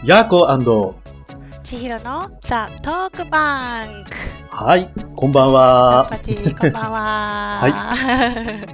ヤーコ &千尋のザ・トークバンク。 はい、こんばんは。 パチパチ、こんばんは。 はい。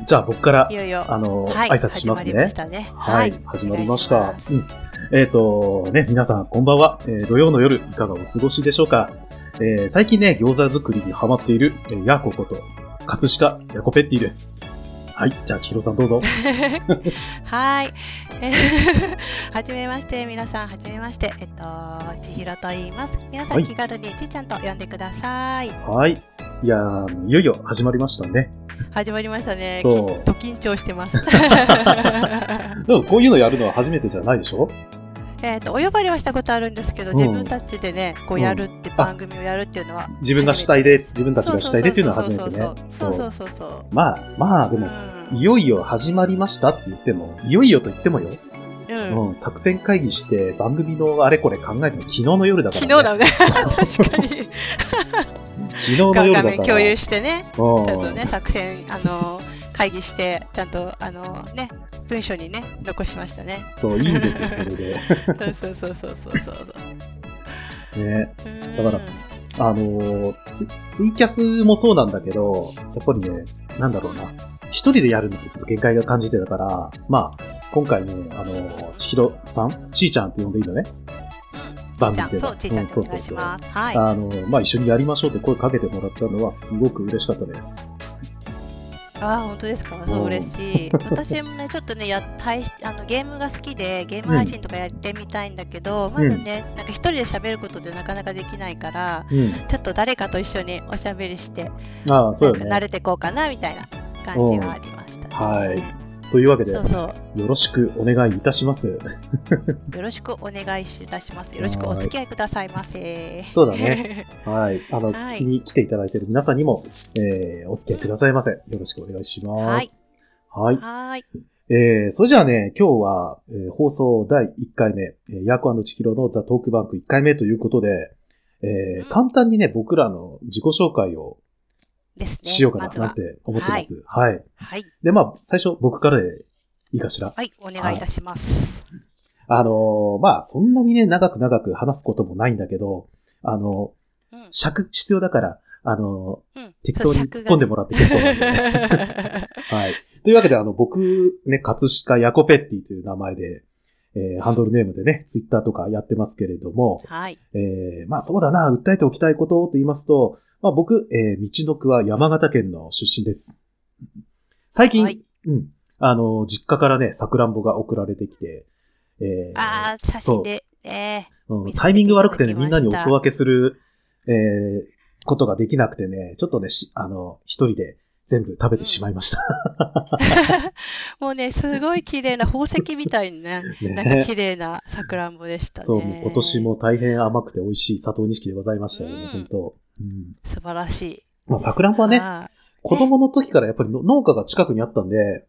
じゃあ僕からいよいよ挨拶しますね。 はい、 始まりました。皆さんこんばんは。土曜の夜いかがお過ごしでしょうか。最近ね、餃子作りにハマっている、ヤーコこと葛飾ヤコペッティです。はい、じゃあ千尋さんどうぞ。 はい、はじめまして、皆さんはじめまして、千尋と言います。皆さん気軽にちーちゃんと呼んでください。 はい、いやいよいよ始まりましたね。 始まりましたね。きっと緊張してます。 でもこういうのやるのは初めてじゃないでしょ？ お呼ばれはしたことあるんですけど、自分たちでね、こうやるって、番組をやるっていうのは自分たちが主体でっていうのは初めてね。 そうまあでも、いよいよ始まりましたって言っても、いよいよと言ってもよ、作戦会議して番組のあれこれ考えても昨日の夜だからね。 昨日だね。確かに。 昨日の夜だから。画面共有してね、ちゃんとね、作戦会議してちゃんとね、文書にね残しましたね。 そう、いいんですよそれで。 そうね、だからツイキャスもそうなんだけど、やっぱりね、なんだろうな、一人でやるのってちょっと限界が感じてたから、まあ今回ね、千尋さん、ちーちゃんって呼んでいいのね。 番組で。そう、ちーちゃんとお願いします。はい。 まあ一緒にやりましょうって声かけてもらったのはすごく嬉しかったです。 本当ですか。そう嬉しい。私もね、ちょっとね、ゲームが好きで、ゲーム配信とかやってみたいんだけど、まずね、なんか一人で喋ることでなかなかできないから、ちょっと誰かと一緒におしゃべりして、 そうよね、 慣れていこうかなみたいな感じがありましたね。 はい。というわけで、よろしくお願いいたします。よろしくお願いいたします。よろしくお付き合いくださいませ。 そうだね。はい。聞きに来ていただいている皆さんにも、お付き合いくださいませ。よろしくお願いします。はい。 はい。 それじゃあね、今日は、放送第1回目、ヤーコ&千尋のザ・トークバンク1回目ということで、簡単にね、僕らの自己紹介をしようかななんて思ってます。はい。で、まあ、最初僕からでいいかしら。 はい、お願いいたします。 まあ、そんなにね、長く話すこともないんだけど、尺必要だから、適当に突っ込んでもらって結構なんで。はい。というわけで、僕、ね、葛飾ヤコペッティという名前で、ハンドルネームでね、ツイッターとかやってますけれども、 はい。 まあそうだな、訴えておきたいことと言いますと、まあ僕、道のくは山形県の出身です。最近、実家からね、さくらんぼが送られてきて、 写真で、 タイミング悪くてね、みんなにお裾分けする、ことができなくてね、ちょっとね、一人で全部食べてしまいました。 もうね、すごい綺麗な宝石みたいにね、なんか綺麗なさくらんぼでしたね。 そう、今年も大変甘くて美味しい佐藤錦でございましたよね、本当。 素晴らしい。 まあ、さくらんぼはね、子供の時からやっぱり農家が近くにあったんで、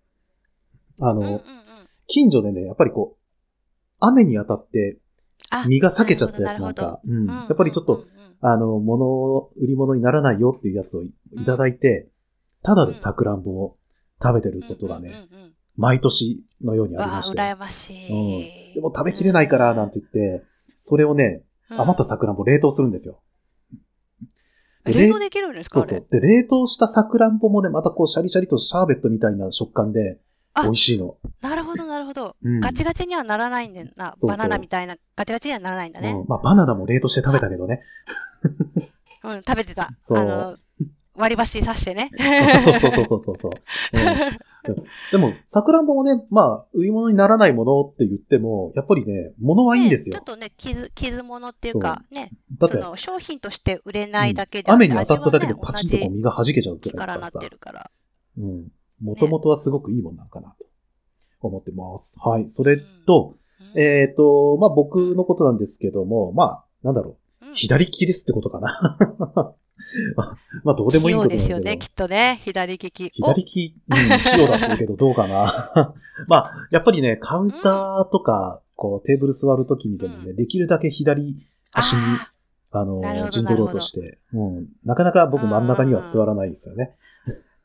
近所でね、やっぱりこう、雨に当たって実が裂けちゃったやつなんか、やっぱりちょっと、売り物にならないよっていうやつをいただいて、ただでさくらんぼを食べてることがね、毎年のようにありまして。 羨ましい。 でも食べきれないからなんて言って、それをね、余ったさくらんぼ冷凍するんですよ。 冷凍できるんですか？ そう。で、冷凍したさくらんぼもね、またこうシャリシャリとシャーベットみたいな食感で、美味しいの。 なるほど。ガチガチにはならないんだな。バナナみたいなガチガチにはならないんだね。 まあ、バナナも冷凍して食べたけどね。 食べてた。割り箸刺してね。 そう。でも、さくらんぼもね、まあ、売り物にならないものって言っても、やっぱりね、物はいいんですよ。 ちょっとね、傷物っていうか、ね、だって商品として売れないだけで、 雨に当たっただけでパチンとこう実が弾けちゃうってからなってるから。 もともとはすごくいいものなのかなと思ってます。はい。それと、まあ、僕のことなんですけども、まあ、なんだろう。左利きですってことかな。まあ、どうでもいいことなんだけど。器用ですよね、きっとね。左利き。 左利き、器用だって言うけど、どうかな。まあ、やっぱりね、カウンターとか、こう、テーブル座るときにでもね、できるだけ左足に、陣取ろうとして、なかなか僕真ん中には座らないですよね。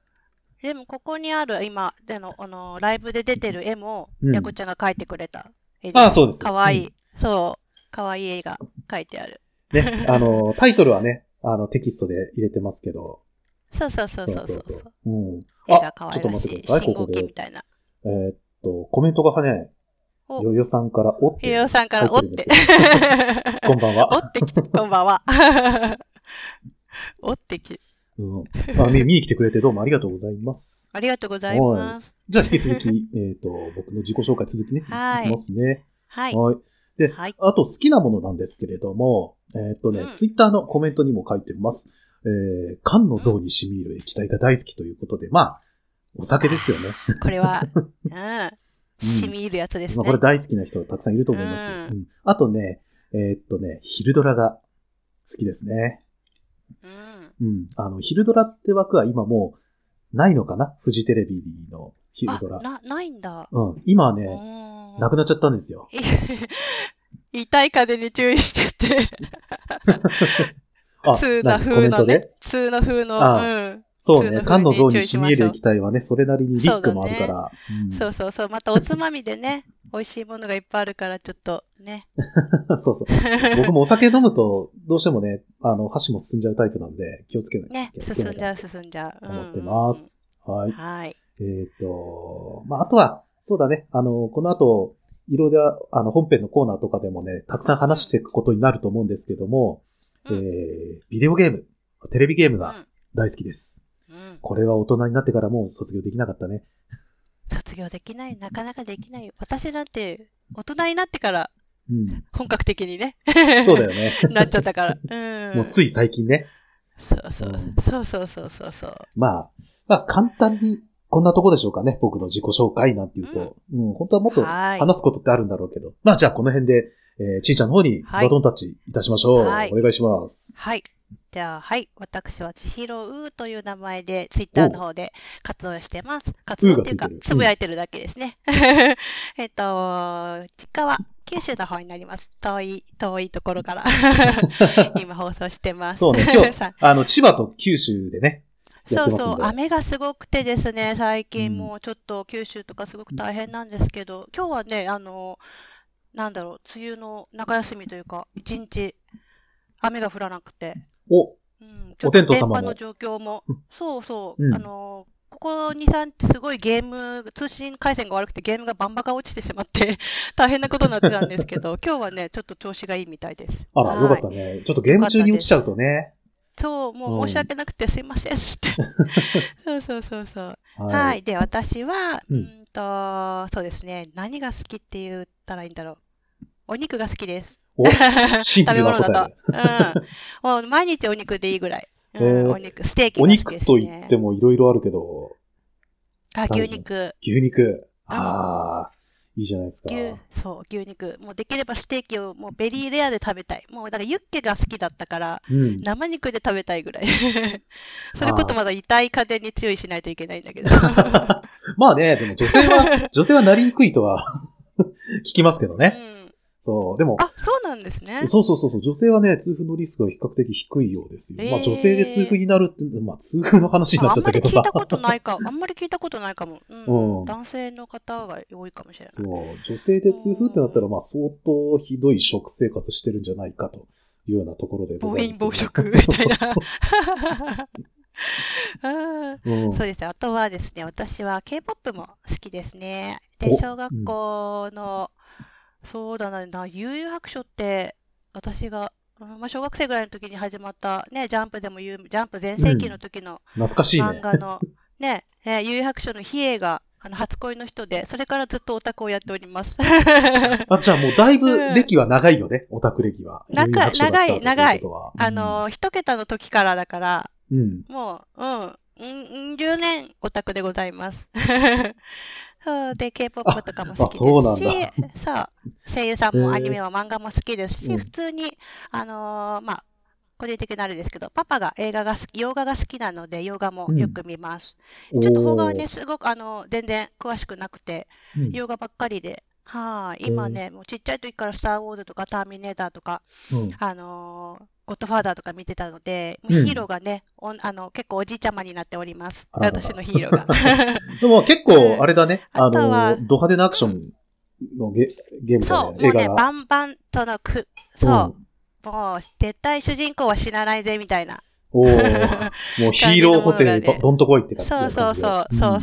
でも、ここにある、今、ライブで出てる絵も、ヤコちゃんが描いてくれた。 絵ああ、そうです。 かわいい。そう。かわいい絵が描いてある。 ね、タイトルはね、テキストで入れてますけど。 そうそうそうそうそう。 うん。 絵がかわちょっといらしい。 待ってください、こ信号こで。 機みたいな。 コメントがね、よよさんからおって。 よよさんからおって。 こんばんは。 おってき、こんばんは。おってき。 見に来てくれてどうもありがとうございます。 ありがとうございます。 じゃあ引き続き、僕の自己紹介続きね、いきますね。 はい。 で、あと好きなものなんですけれども、ツイッターのコメントにも書いてます。缶の像に染み入る液体が大好きということで、お酒ですよね。 これは、染み入るやつですね。 これ大好きな人たくさんいると思います。あとね、昼ドラが好きですね。昼ドラって枠は今もうないのかな？フジテレビの昼ドラ。 ないんだ。 今はね、なくなっちゃったんですよ。 痛い風に注意してて。通な風のね。通の風の。 そうね。缶の像に染み入る液体はね、それなりにリスクもあるから。 そうそうそう。またおつまみでね、美味しいものがいっぱいあるから、ちょっとね。 そうそう。僕もお酒飲むと、どうしてもね、箸も進んじゃうタイプなんで、気をつけないと。 ね、進んじゃう。 思ってます。はい。 はい。 あとは、そうだね、この後、いろいろ、本編のコーナーとかでもね、たくさん話していくことになると思うんですけども、ビデオゲーム、テレビゲームが大好きです。これは大人になってからもう卒業できなかったね。 卒業できない、なかなかできないよ。私なんて、大人になってから、本格的にね。 そうだよね。 なっちゃったから。 もうつい最近ね。 そう。 簡単に、こんなとこでしょうかね。僕の自己紹介なんて言うと。本当はもっと話すことってあるんだろうけど。じゃあこの辺で、ちーちゃんの方にバトンタッチいたしましょう。お願いします。 はい。じゃあ、私は千尋うという名前で、ツイッターの方で活動してます。活動っていうか、つぶやいてるだけですね。実家は九州の方になります。遠いところから今放送してます。 そうね、今日、千葉と九州でね。 そう、雨がすごくてですね、最近もうちょっと九州とかすごく大変なんですけど、今日はね、梅雨の中休みというか、一日雨が降らなくて。ちょっと電波の状況も、そう、ここ2、3ってすごい通信回線が悪くてゲームがバンバカ落ちてしまって大変なことになってたんですけど、今日はね、ちょっと調子がいいみたいです。 あら、よかったね。ちょっとゲーム中に落ちちゃうとね。 そう、もう申し訳なくてすいませんって。そう。はい。で、私は、そうですね、何が好きって言ったらいいんだろう。お肉が好きです。 シンプルな答え。もう毎日お肉でいいぐらい。お肉、ステーキが好きですね。 お肉と言ってもいろいろあるけど。 牛肉。 いいじゃないですか。 そう、牛肉。もうできればステーキをもうベリーレアで食べたい。もうだからユッケが好きだったから、生肉で食べたいぐらい。それこそまだ痛い風に注意しないといけないんだけど。 まあね、でも女性はなりにくいとは聞きますけどね。そう、でも。 そうなんですね。 そう。女性はね、痛風のリスクが比較的低いようですよ。女性で痛風になるって、痛風の話になっちゃったけどさ。 あんまり聞いたことないかも。男性の方が多いかもしれない。 そう、女性で痛風ってなったら、相当ひどい食生活してるんじゃないかというようなところでございます。 暴飲暴食みたいな。そうです。あとはですね、私は K-POP も好きですね。で、小学校の、そうだな、悠々白書って、私が、小学生ぐらいの時に始まった、ね、ジャンプ全盛期の時の漫画の、ね、悠々白書の比叡が、初恋の人で、それからずっとオタクをやっております。 じゃあもうだいぶ歴は長いよね、オタク歴は。 長い。一桁の時からだから、もう、10年オタクでございます。そうで、K-POP とかも好きですし、声優さんもアニメは漫画も好きですし、普通に、個人的なあれですけど、パパが洋画が好きなので、洋画もよく見ます。ちょっと邦画はね、すごく全然詳しくなくて、洋画ばっかりで、今ね、もうちっちゃい時からスター・ウォーズとかターミネーターとか、ゴッドファーザーとか見てたので、ヒーローがね、結構おじいちゃまになっております。私のヒーローが。 でも結構、あれだね、ド派手なアクションのゲームそう、 だね、映画が。 バンバンとのそう、もう絶対主人公は死なないぜみたいな。 おもうヒーロー補正どんとこいって感じ。 そう。あ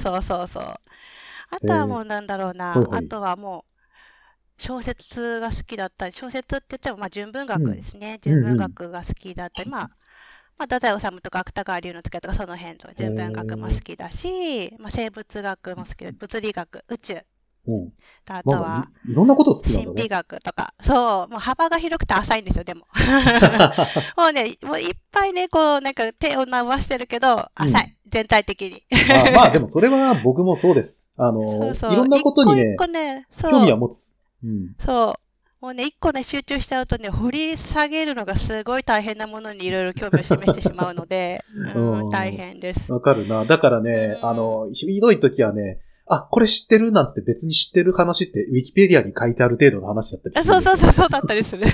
とはもうなんだろうな、あとはもう小説が好きだったり、小説って言っても純文学ですね。純文学が好きだったり、太宰治とか芥川龍之介とかその辺と純文学も好きだし、生物学も好きだ、物理学、宇宙。あとは、 いろんなこと好きなんだね。 神秘学とか、そう、もう幅が広くて浅いんですよ、でも。もうね、もういっぱいね、こう、なんか手を伸ばしてるけど、浅い、全体的に。 でもそれは僕もそうです。いろんなことにね、興味は持つ。 そう。もうね、一個ね、集中しちゃうとね、掘り下げるのがすごい大変なものにいろいろ興味を示してしまうので、大変です。 わかるな。だからね、ひどい時はね、これ知ってるなんつって別に知ってる話ってウィキペディアに書いてある程度の話だったりする。 そうだったりする。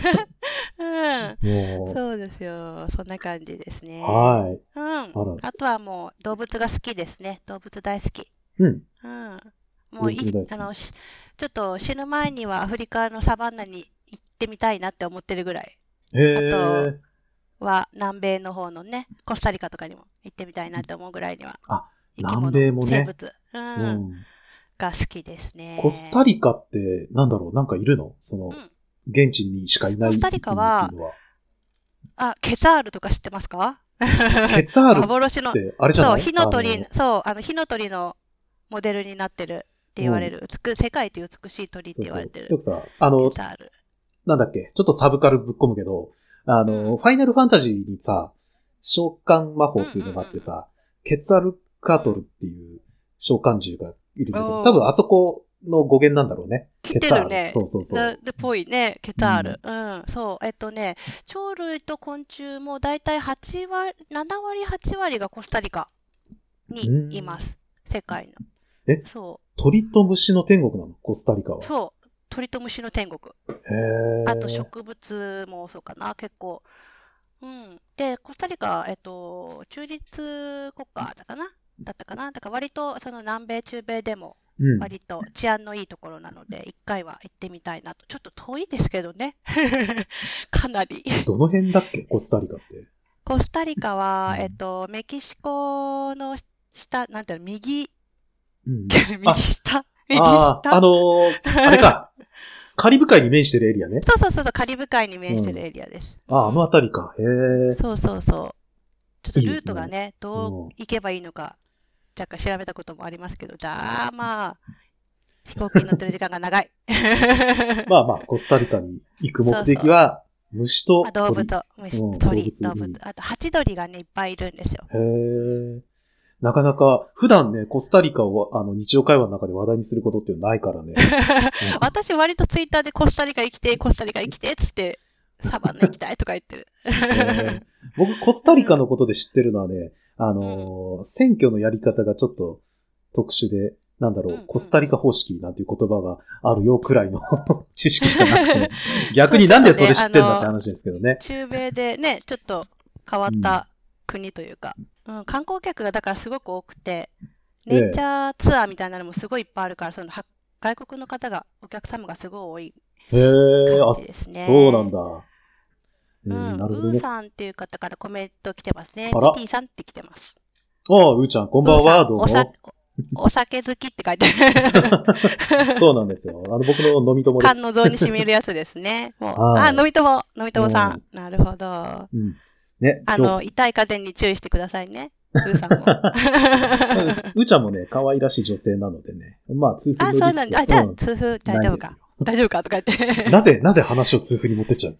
そうですよ。そんな感じですね。 はい。 あとはもう動物が好きですね。動物大好き。もうちょっと死ぬ前にはアフリカのサバンナに行ってみたいなって思ってるぐらい。あとは南米の方のね、コスタリカとかにも行ってみたいなって思うぐらいには。 南米もね。 生物、が好きですね。 コスタリカってなんだろう、なんかいるの？現地にしかいない。 コスタリカは、ケツァールとか知ってますか？ ケツァール幻の、 あれじゃない？ 火の鳥のモデルになってるって言われる、世界一美しい鳥って言われてる。 よくさ、なんだっけ、ちょっとサブカルぶっ込むけど、ファイナルファンタジーにさ、召喚魔法っていうのがあってさ、ケツァルカトルっていう召喚獣がいるんだけど、多分あそこの語源なんだろうね。 ケツァール。ね。 そう。 で、ぽいね、ケツァール。そう。鳥類と昆虫もだいたい7割、8割がコスタリカにいます。世界の。そう。 鳥と虫の天国なの？コスタリカは。 そう。鳥と虫の天国。あと植物もそうかな、結構。で、コスタリカ、中立国家だったかな。だから割とその南米、中米でも割と治安のいいところなので、一回は行ってみたいなと。ちょっと遠いですけどね。かなり。 どの辺だっけ、コスタリカって。 コスタリカは、メキシコの下、なんていうの、右下あれか。カリブ海に面してるエリアね。 そう、カリブ海に面してるエリアです。 あの辺りか。へえ。 そう。ちょっとルートがね、どう行けばいいのか、若干調べたこともありますけど、じゃあ飛行機に乗ってる時間が長い。 コスタリカに行く目的は、虫と鳥。 動物、鳥、動物。あと、ハチドリがね、いっぱいいるんですよ。 へえ。なかなか、普段ね、コスタリカを日常会話の中で話題にすることってないからね。 私割とツイッターでコスタリカ行きて、つって、サバンナ行きたいとか言ってる。 僕、コスタリカのことで知ってるのはね、選挙のやり方がちょっと特殊で、コスタリカ方式なんていう言葉があるよくらいの知識しかなくて、逆になんでそれ知ってんだって話ですけどね。 中米でね、ちょっと変わった国というか、観光客がだからすごく多くて、ネイチャーツアーみたいなのもすごいいっぱいあるから、外国の方が、お客様がすごい多い感じですね。 そうなんだ。 なるほどね。ウーさんっていう方からコメント来てますね。ティーさんって来てます。 ウーちゃん、こんばんは。どうも。 お酒好きって書いてある。そうなんですよ。僕の飲み友です。 缶の像に染みるやつですね。飲み友さん。なるほど。 ね。 痛い風に注意してくださいね。ウーさんも。 ウーちゃんもね、可愛らしい女性なのでね。痛風のリスク。 そうなんだ。じゃあ、痛風大丈夫か。大丈夫かとか言って。 なぜ話を痛風に持ってっちゃう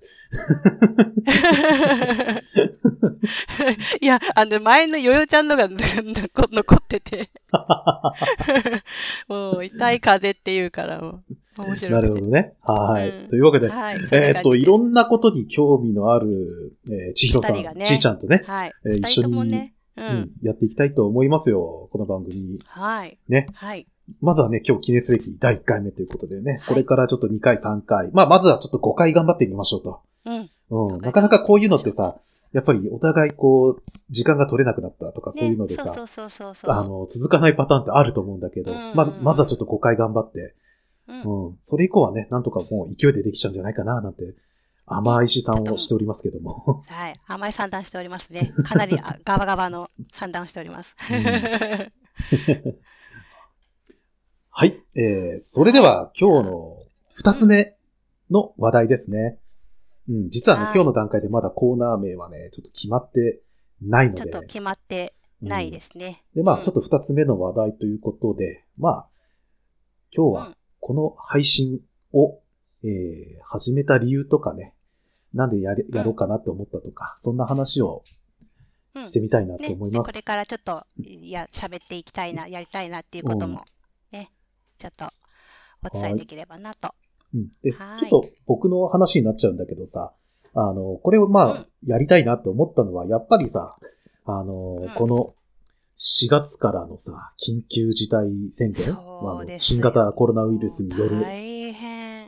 いや、前のヨヨちゃんのが残ってて。もう、痛い風って言うから、面白い。 なるほどね。はい。というわけで、いろんなことに興味のある、千尋さん、ちーちゃんとね、一緒にやっていきたいと思いますよ、この番組。 はい。 ね。 はい。 まずはね、今日記念すべき第1回目ということでね、これからちょっと2回、3回、まずはちょっと5回頑張ってみましょうと。なかなかこういうのってさ、やっぱりお互い時間が取れなくなったとかそういうのでさ、続かないパターンってあると思うんだけど、まずはちょっと5回頑張って、 それ以降はね、なんとかもう勢いでできちゃうんじゃないかな、なんて、甘い試算をしておりますけども。 はい、甘い算段しておりますね。かなりガバガバの算段をしております。 はい、それでは今日の2つ目の話題ですね。実はね、今日の段階でまだコーナー名はね、ちょっと決まってないので。 ちょっと決まってないですね。 で、ちょっと2つ目の話題ということで、今日はこの配信を、始めた理由とかね、なんでやろうかなって思ったとか、そんな話をしてみたいなと思います。 これからちょっと喋っていきたいな、やりたいなっていうこともね、ちょっとお伝えできればなと。 で、ちょっと僕の話になっちゃうんだけどさ、これをやりたいなって思ったのは、やっぱりさ、この4月からのさ、緊急事態宣言、新型コロナウイルスによる。 大変。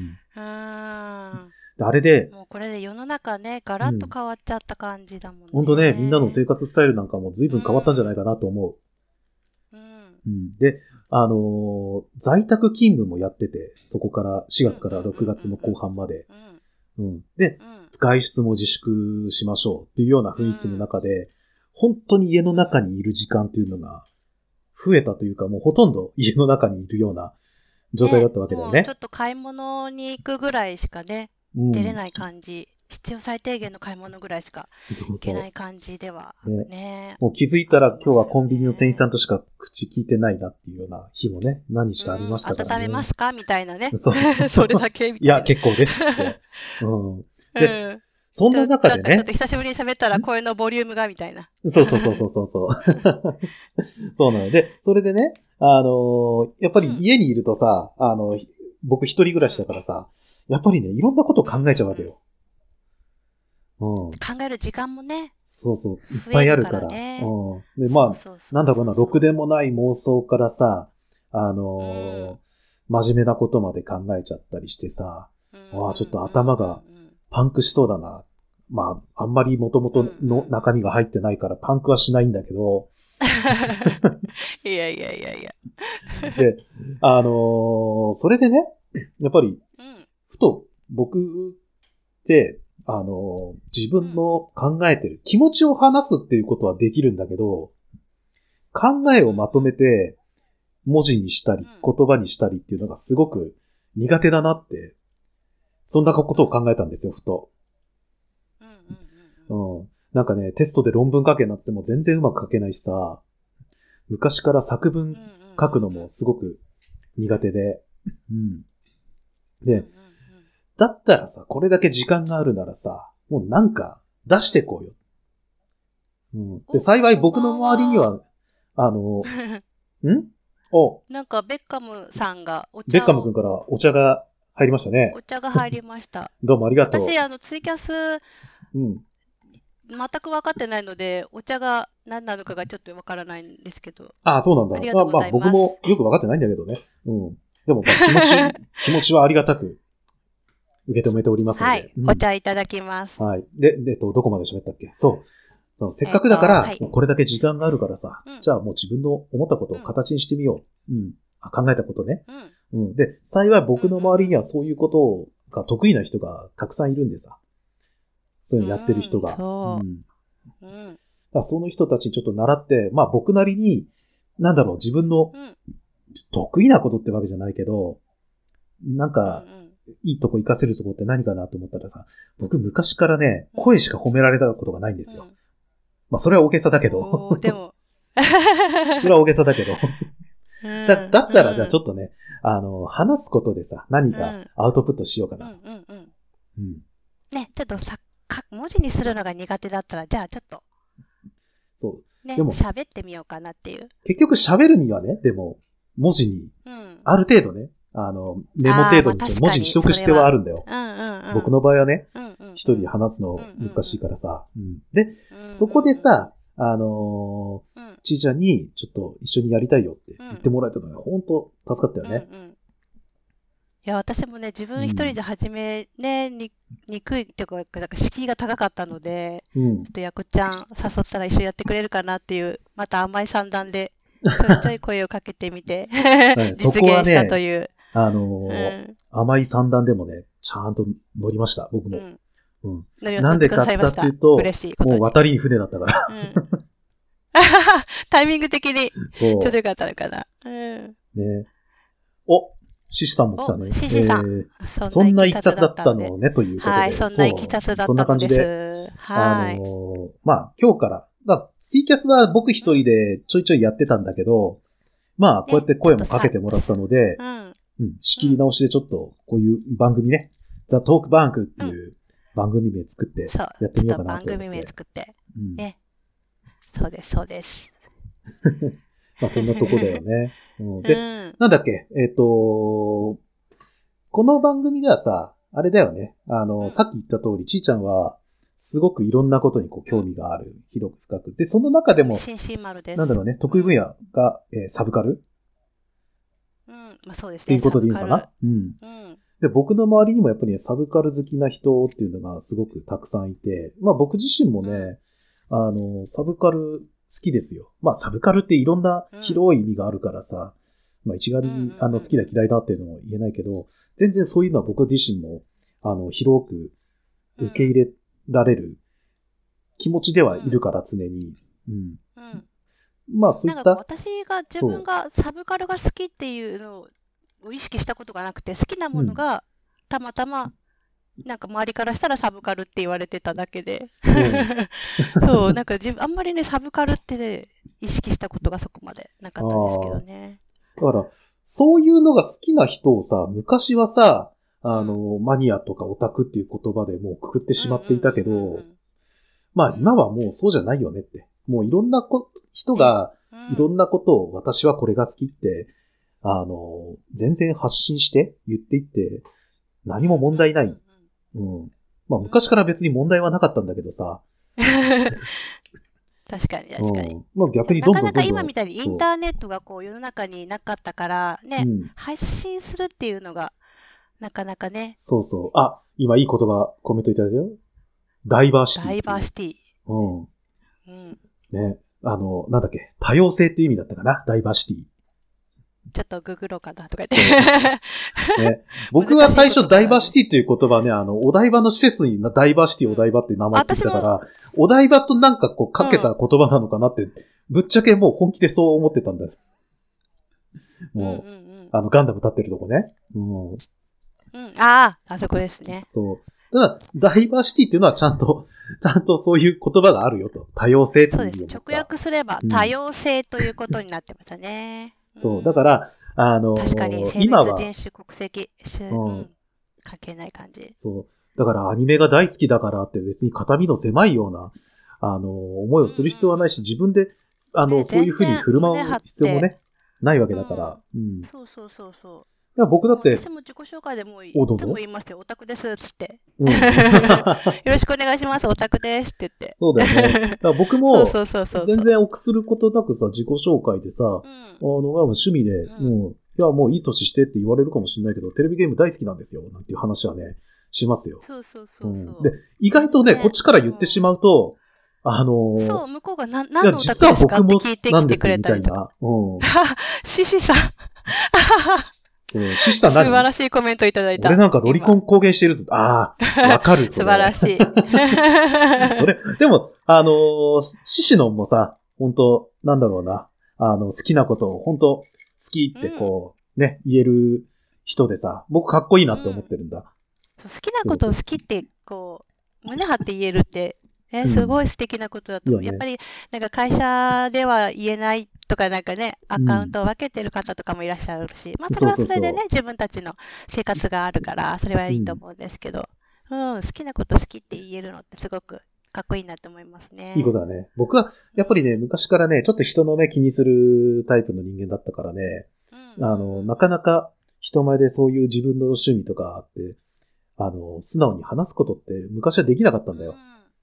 あれで、 もうこれで世の中ね、ガラッと変わっちゃった感じだもんね。 本当ね、みんなの生活スタイルなんかも随分変わったんじゃないかなと思う。で、在宅勤務もやってて、そこから4月から6月の後半まで。で、外出も自粛しましょうっていうような雰囲気の中で、本当に家の中にいる時間っていうのが増えたというか、もうほとんど家の中にいるような状態だったわけだよね。 ちょっと買い物に行くぐらいしかね、出れない感じ。必要最低限の買い物ぐらいしかいけない感じではね。 もう気づいたら今日はコンビニの店員さんとしか口聞いてないなっていうような日もね、何日かありましたからね。 温めますかみたいなね。それだけみたいな。 いや、結構ですって。で、そんな中でね。 ちょっと久しぶりに喋ったら声のボリュームがみたいな。 そう。そうなので、それでね、やっぱり家にいるとさ、僕一人暮らしだからさ、やっぱりね、いろんなことを考えちゃうわけよ。 考える時間もね。 そう、いっぱいあるから。で、なんだろうな、ろくでもない妄想からさ、真面目なことまで考えちゃったりしてさ、ちょっと頭がパンクしそうだな。あんまり元々の中身が入ってないからパンクはしないんだけど。 いや。 で、それでね、やっぱり、ふと僕って、自分の考えてる気持ちを話すっていうことはできるんだけど、考えをまとめて文字にしたり言葉にしたりっていうのがすごく苦手だなって、そんなことを考えたんですよ、ふと。なんかね、テストで論文書けなっても全然うまく書けないしさ、昔から作文書くのもすごく苦手で、で、だったらさ、これだけ時間があるならさ、もうなんか出してこうよ。で、幸い僕の周りには、 なんかベッカムさんがベッカム君からお茶が入りましたね。 お茶が入りました。 どうもありがとう。 私、ツイキャス、全く分かってないので、お茶が何なのかがちょっと分からないんですけど。 そうなんだ。 ありがとうございます。 僕もよく分かってないんだけどね。でも、気持ちはありがたく受け止めておりますので。 はい。お茶いただきます。 はい。で、どこまで喋ったっけ？そう。せっかくだから、これだけ時間があるからさ、じゃあもう自分の思ったことを形にしてみよう。考えたことね。で、幸い僕の周りにはそういうことが得意な人がたくさんいるんでさ。そういうのやってる人が。その人たちにちょっと習って、僕なりに、自分の得意なことってわけじゃないけど、なんか、いいとこ活かせるとこって何かなと思ったらさ、僕昔からね、声しか褒められたことがないんですよ。それは大げさだけど。 でも。 それは大げさだけど。だったらじゃあちょっとね、話すことでさ、何かアウトプットしようかなと。 ね、ちょっと文字にするのが苦手だったら、じゃあちょっと。 そう。 ね、でも喋ってみようかなっていう。 結局喋るにはね、でも、文字に、ある程度ね、メモ程度に文字にしとく必要はあるんだよ。僕の場合はね、一人話すの難しいからさ。で、そこでさ、ちーちゃんにちょっと一緒にやりたいよって言ってもらえたのが本当助かったよね。 いや、私もね、自分一人で始めね、にくいっていうか、敷居が高かったので、ちょっとやこちゃん誘ったら一緒にやってくれるかなっていう、また甘い算段で、ちょいちょい声をかけてみて、実現したという。 甘い三段でもね、ちゃんと乗りました、僕も。 なんで買ったっていうと、もう渡りに船だったから。 タイミング的にちょうどよかったのかな。ね。 お、シシさんも来たね。 シシさん。 そんないきさつだったのね、ということで。 はい、そんないきさつだったのです。 そんな感じで。はい。まあ、今日から、ツイキャスは僕一人でちょいちょいやってたんだけど、まあ、こうやって声もかけてもらったので、仕切り直しでちょっと、こういう番組ね、ザ・トークバンクっていう番組名作ってやってみようかなと思って。 番組名作って。そうです、そうです。 まあ、そんなとこだよね。で、なんだっけ、この番組ではさ、あれだよね。さっき言った通り、ちーちゃんは、すごくいろんなことにこう興味がある、広く深く。で、その中でも、なんだろうね、得意分野が、サブカルまあそうですね。 っていうことでいいのかな。で、僕の周りにもやっぱり、ね、サブカル好きな人っていうのがすごくたくさんいて、まあ僕自身もね、サブカル好きですよ。まあサブカルっていろんな広い意味があるからさ、まあ一概に好きだ嫌いだっていうのも言えないけど、全然そういうのは僕自身も、広く受け入れられる気持ちではいるから常に。まあそういった。 なんか私が自分がサブカルが好きっていうのを意識したことがなくて、好きなものがたまたまなんか周りからしたらサブカルって言われてただけで、そう、なんかあんまりね、サブカルって、ね、意識したことがそこまでなかったんですけどね。 だから、そういうのが好きな人をさ、昔はさ、マニアとかオタクっていう言葉でもうくくってしまっていたけど、まあ今はもうそうじゃないよねって。もういろんな人がいろんなことを私はこれが好きって、全然発信して言っていって何も問題ない。まあ昔から別に問題はなかったんだけどさ。 確かに確かに。 まあ逆にどんどんなかなか今みたいにインターネットがこう世の中になかったからね、配信するっていうのがなかなかね。 そうそう。あ、今いい言葉コメントいただいたよ。ダイバーシティ。 ダイバーシティ。 ね。なんだっけ。多様性っていう意味だったかな。ダイバーシティ。 ちょっとググろうかなとか言って。 ね、僕は最初ダイバーシティっていう言葉ね、お台場の施設にダイバーシティお台場って名前ついてたから、お台場となんかこうかけた言葉なのかなって、ぶっちゃけもう本気でそう思ってたんです。もう、ガンダム立ってるとこね。 あそこですね。 そう。ただ、ダイバーシティっていうのはちゃんとそういう言葉があるよと。多様性っていう。 そうです。直訳すれば多様性ということになってましたね。 そう。だから、 確かに、性別、人種、国籍、関係ない感じ。 そう。だから、アニメが大好きだからって別に肩身の狭いような、思いをする必要はないし、自分で、そういうふうに振る舞う必要もね、ないわけだから。 そうそうそうそう。 僕だって。 私も自己紹介でもいつも言いますよ。オタクですっつって。よろしくお願いします。オタクですって言って。 そうだよね。だから僕も、全然臆することなくさ、自己紹介でさ、趣味で、いや、もういい年してって言われるかもしれないけど、テレビゲーム大好きなんですよ。なんていう話はね、しますよ。 そう。 で、意外とね、こっちから言ってしまうと、 そう、向こうが何のオタクですかって聞いてきてくれたりとか。シシさん。 シシさん何？ 素晴らしいコメントいただいた。 俺なんかロリコン公言してるぞ。ああ、わかる。 素晴らしい。 でも、シシのもさ、本当なんだろうな。好きなことを本当好きってこう、ね、言える人でさ、僕かっこいいなって思ってるんだ。 好きなことを好きって、こう、胸張って言えるって、すごい素敵なことだと思う。やっぱり、なんか会社では言えないとかなんかね、アカウントを分けてる方とかもいらっしゃるし、まあそれはそれでね、自分たちの生活があるから、それはいいと思うんですけど、好きなこと好きって言えるのってすごくかっこいいなと思いますね。 いいことだね。僕は、やっぱりね、昔からね、ちょっと人の目気にするタイプの人間だったからね、なかなか人前でそういう自分の趣味とかあって、素直に話すことって昔はできなかったんだよ。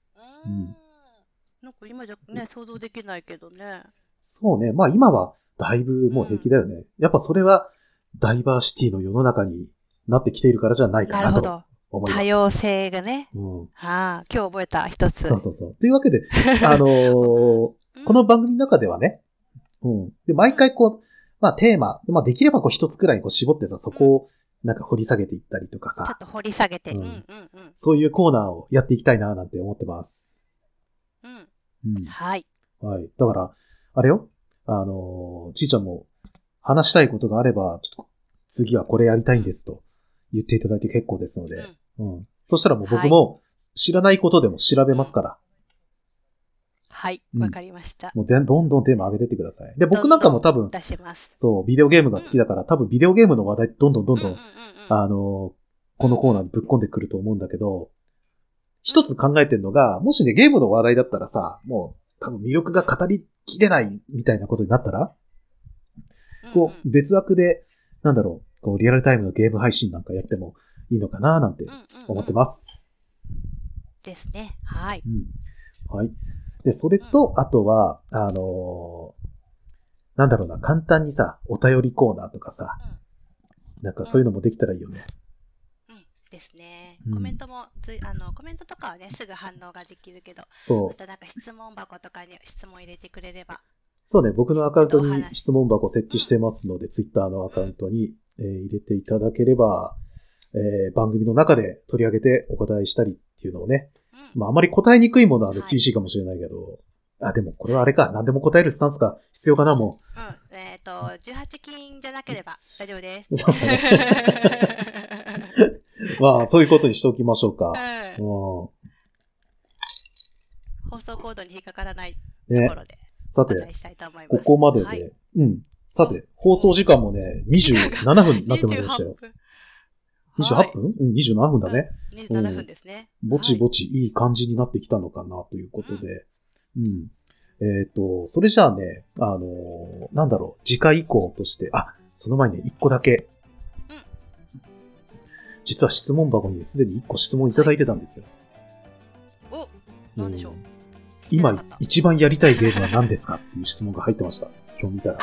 なんか今じゃね、想像できないけどね。 そうね。まあ今はだいぶもう平気だよね。やっぱそれはダイバーシティの世の中になってきているからじゃないかなと思います。 多様性がね。今日覚えた一つ。 そう。というわけで、この番組の中ではね、で、毎回こう、 まあテーマ、まあできればこう一つくらいこう絞ってさ、そこをなんか掘り下げていったりとかさ。 ちょっと掘り下げて。 そういうコーナーをやっていきたいななんて思ってます。 はい。 はい。だから、あれよ。ちーちゃんも話したいことがあれば、ちょっと次はこれやりたいんですと言っていただいて結構ですので。そしたらもう僕も知らないことでも調べますから。 はい、わかりました。 もうどんどんテーマ上げてってください。で、僕なんかも多分、 出します。 そう、ビデオゲームが好きだから、多分ビデオゲームの話題どんどん、このコーナーにぶっ込んでくると思うんだけど、一つ考えてるのが、もしね、ゲームの話題だったらさ、もう多分魅力が語りきれないみたいなことになったら、こう、別枠で、なんだろう、こう、リアルタイムのゲーム配信なんかやってもいいのかななんて思ってます。 ですね。はい。 はい。で、それと、あとは、なんだろうな、簡単にさ、お便りコーナーとかさ、なんかそういうのもできたらいいよね。 ですね。コメントもコメントとかはね、すぐ反応ができるけど、またなんか質問箱とかに質問入れてくれれば。 そうね、僕のアカウントに質問箱設置してますので、ツイッターのアカウントに、入れていただければ、番組の中で取り上げてお答えしたりっていうのをね、まああまり答えにくいものは厳しいかもしれないけど、でもこれはあれか、何でも答えるスタンスが必要かな、もう。 18金じゃなければ大丈夫です。 そうね。まあ、そういうことにしておきましょうか。 放送コードに引っかからないところでお答えしたいと思います。 ここまでで、さて、放送時間もね、27分になってまいりましたよ。28分?27 分だね。 27分ですね。 ぼちぼちいい感じになってきたのかなということで。それじゃあね、なんだろう、次回以降として、その前に1個だけ。実は質問箱にすでに1個質問いただいてたんですよ。 何でしょう。 今一番やりたいゲームは何ですかっていう質問が入ってました。今日見たら。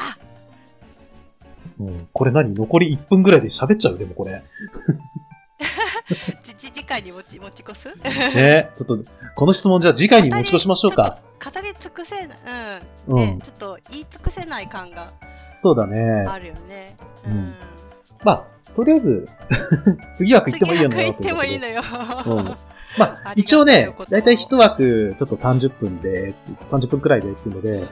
これ何残り1分ぐらいで喋っちゃうでもこれ。 次回に持ち越すね、ちょっと、この質問じゃあ次回に持ち越しましょうか。 語り尽くせない、ちょっと言い尽くせない感がそうだね。 あるよね。 まあ、とりあえず、次枠行ってもいいよね。 次枠行ってもいいのよ。 まあ、一応ね、だいたい1枠ちょっと30分で、30分くらいでっていうので、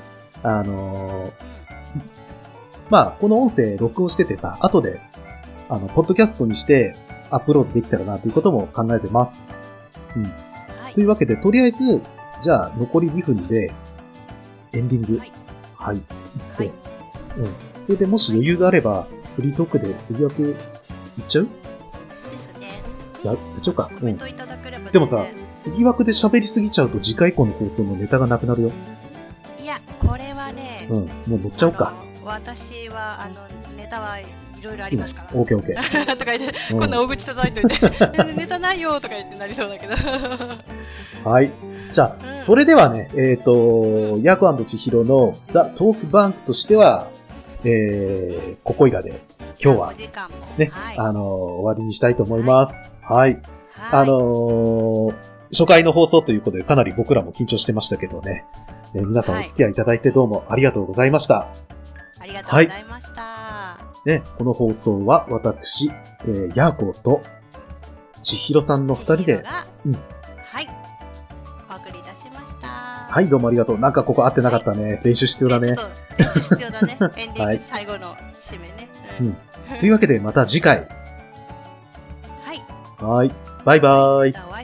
まあ、この音声録音しててさ、後で、ポッドキャストにしてアップロードできたらなということも考えてます。というわけで、とりあえず、じゃあ、残り2分で、エンディング。はい。それでもし余裕があれば、フリートークで次枠いっちゃう？ ですね。 やっちゃおうか。でもさ、次枠で喋りすぎちゃうと次回以降の放送のネタがなくなるよ。 いや、これはね、 もう乗っちゃおうか。 私は、ネタはいろいろありますから。 オーケーオーケー。 とか言って、こんな大口叩いといて、ネタないよとか言ってなりそうだけど。 はい。じゃあ、それではね、ヤク&千尋のザ・トークバンクとしては、ここいらで、今日はね、終わりにしたいと思います。はい。初回の放送ということで、かなり僕らも緊張してましたけどね、皆さんお付き合いいただいてどうもありがとうございました。 ありがとうございました。 ね、この放送は私、ヤーコーと千尋さんの2人で、 はい、お送りいたしました。 はい、どうもありがとう。なんかここ合ってなかったね。練習必要だね。 練習必要だね。エンディング最後の締めね。 というわけでまた次回。はい。バイバーイ。